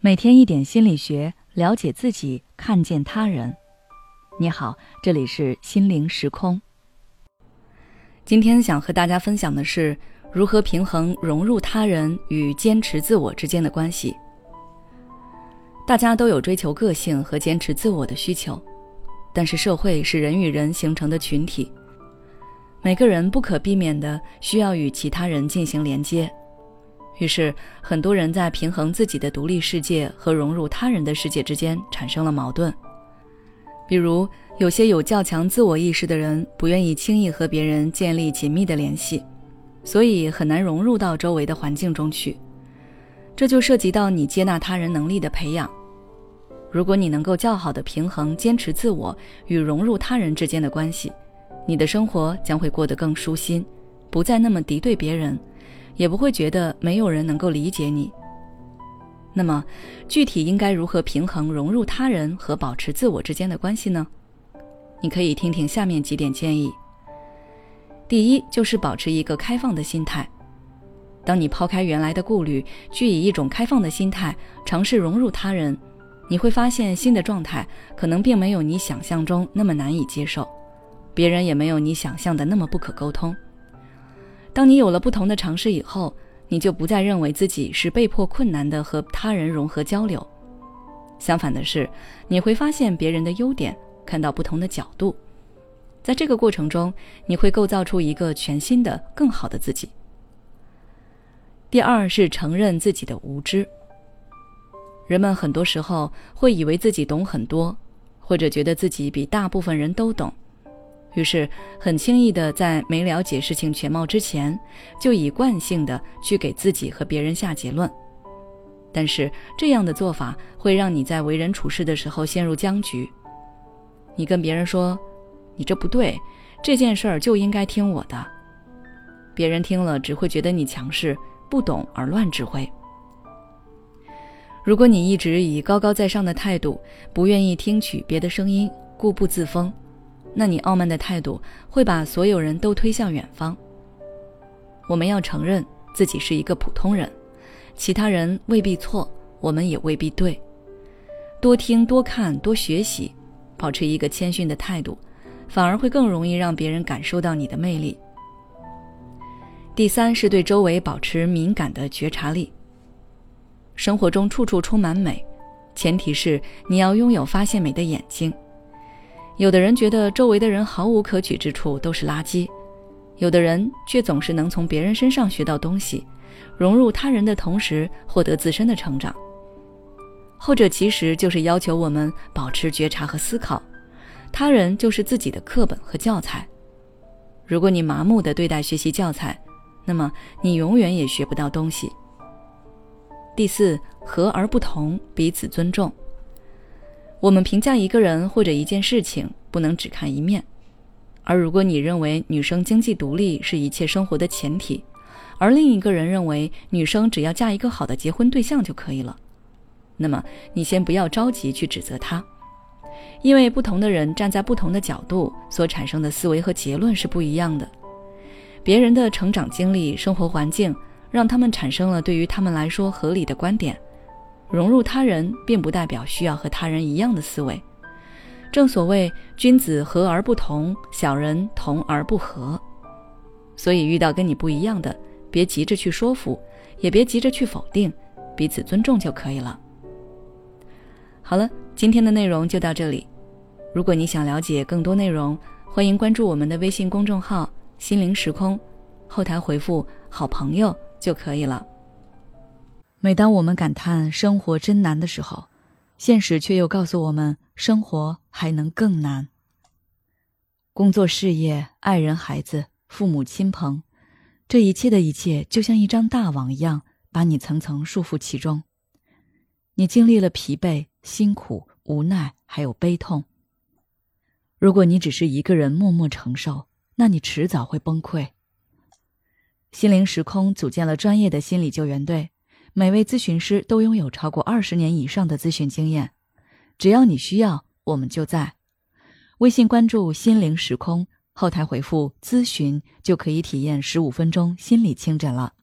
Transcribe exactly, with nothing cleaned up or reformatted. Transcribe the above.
每天一点心理学，了解自己，看见他人。你好，这里是心灵时空。今天想和大家分享的是如何平衡融入他人与坚持自我之间的关系。大家都有追求个性和坚持自我的需求，但是社会是人与人形成的群体，每个人不可避免地需要与其他人进行连接。于是很多人在平衡自己的独立世界和融入他人的世界之间产生了矛盾。比如有些有较强自我意识的人不愿意轻易和别人建立紧密的联系，所以很难融入到周围的环境中去。这就涉及到你接纳他人能力的培养。如果你能够较好地平衡坚持自我与融入他人之间的关系，你的生活将会过得更舒心，不再那么敌对别人，也不会觉得没有人能够理解你。那么具体应该如何平衡融入他人和保持自我之间的关系呢？你可以听听下面几点建议。第一，就是保持一个开放的心态。当你抛开原来的顾虑，去以一种开放的心态尝试融入他人，你会发现新的状态可能并没有你想象中那么难以接受，别人也没有你想象的那么不可沟通。当你有了不同的尝试以后，你就不再认为自己是被迫困难地和他人融合交流。相反的是，你会发现别人的优点，看到不同的角度。在这个过程中，你会构造出一个全新的、更好的自己。第二是承认自己的无知。人们很多时候会以为自己懂很多，或者觉得自己比大部分人都懂，于是很轻易地在没了解事情全貌之前，就以惯性地去给自己和别人下结论。但是这样的做法会让你在为人处事的时候陷入僵局。你跟别人说，你这不对，这件事儿就应该听我的。别人听了只会觉得你强势，不懂而乱指挥。如果你一直以高高在上的态度，不愿意听取别的声音，固步自封，那你傲慢的态度会把所有人都推向远方。我们要承认自己是一个普通人，其他人未必错，我们也未必对。多听多看多学习，保持一个谦逊的态度，反而会更容易让别人感受到你的魅力。第三是对周围保持敏感的觉察力。生活中处处充满美，前提是你要拥有发现美的眼睛。有的人觉得周围的人毫无可取之处，都是垃圾，有的人却总是能从别人身上学到东西，融入他人的同时获得自身的成长。后者其实就是要求我们保持觉察和思考，他人就是自己的课本和教材。如果你麻木地对待学习教材，那么你永远也学不到东西。第四，和而不同，彼此尊重。我们评价一个人或者一件事情，不能只看一面。而如果你认为女生经济独立是一切生活的前提，而另一个人认为女生只要嫁一个好的结婚对象就可以了，那么你先不要着急去指责他，因为不同的人站在不同的角度所产生的思维和结论是不一样的。别人的成长经历、生活环境让他们产生了对于他们来说合理的观点。融入他人并不代表需要和他人一样的思维。正所谓君子和而不同，小人同而不和。所以遇到跟你不一样的，别急着去说服，也别急着去否定，彼此尊重就可以了。好了，今天的内容就到这里。如果你想了解更多内容，欢迎关注我们的微信公众号心灵时空，后台回复好朋友就可以了。每当我们感叹生活真难的时候，现实却又告诉我们生活还能更难。工作、事业、爱人、孩子、父母亲朋，这一切的一切就像一张大网一样，把你层层束缚其中。你经历了疲惫、辛苦、无奈，还有悲痛。如果你只是一个人默默承受，那你迟早会崩溃。心灵时空组建了专业的心理救援队，每位咨询师都拥有超过二十年以上的咨询经验。只要你需要，我们就在。微信关注心灵时空，后台回复咨询就可以体验十五分钟心理清诊了。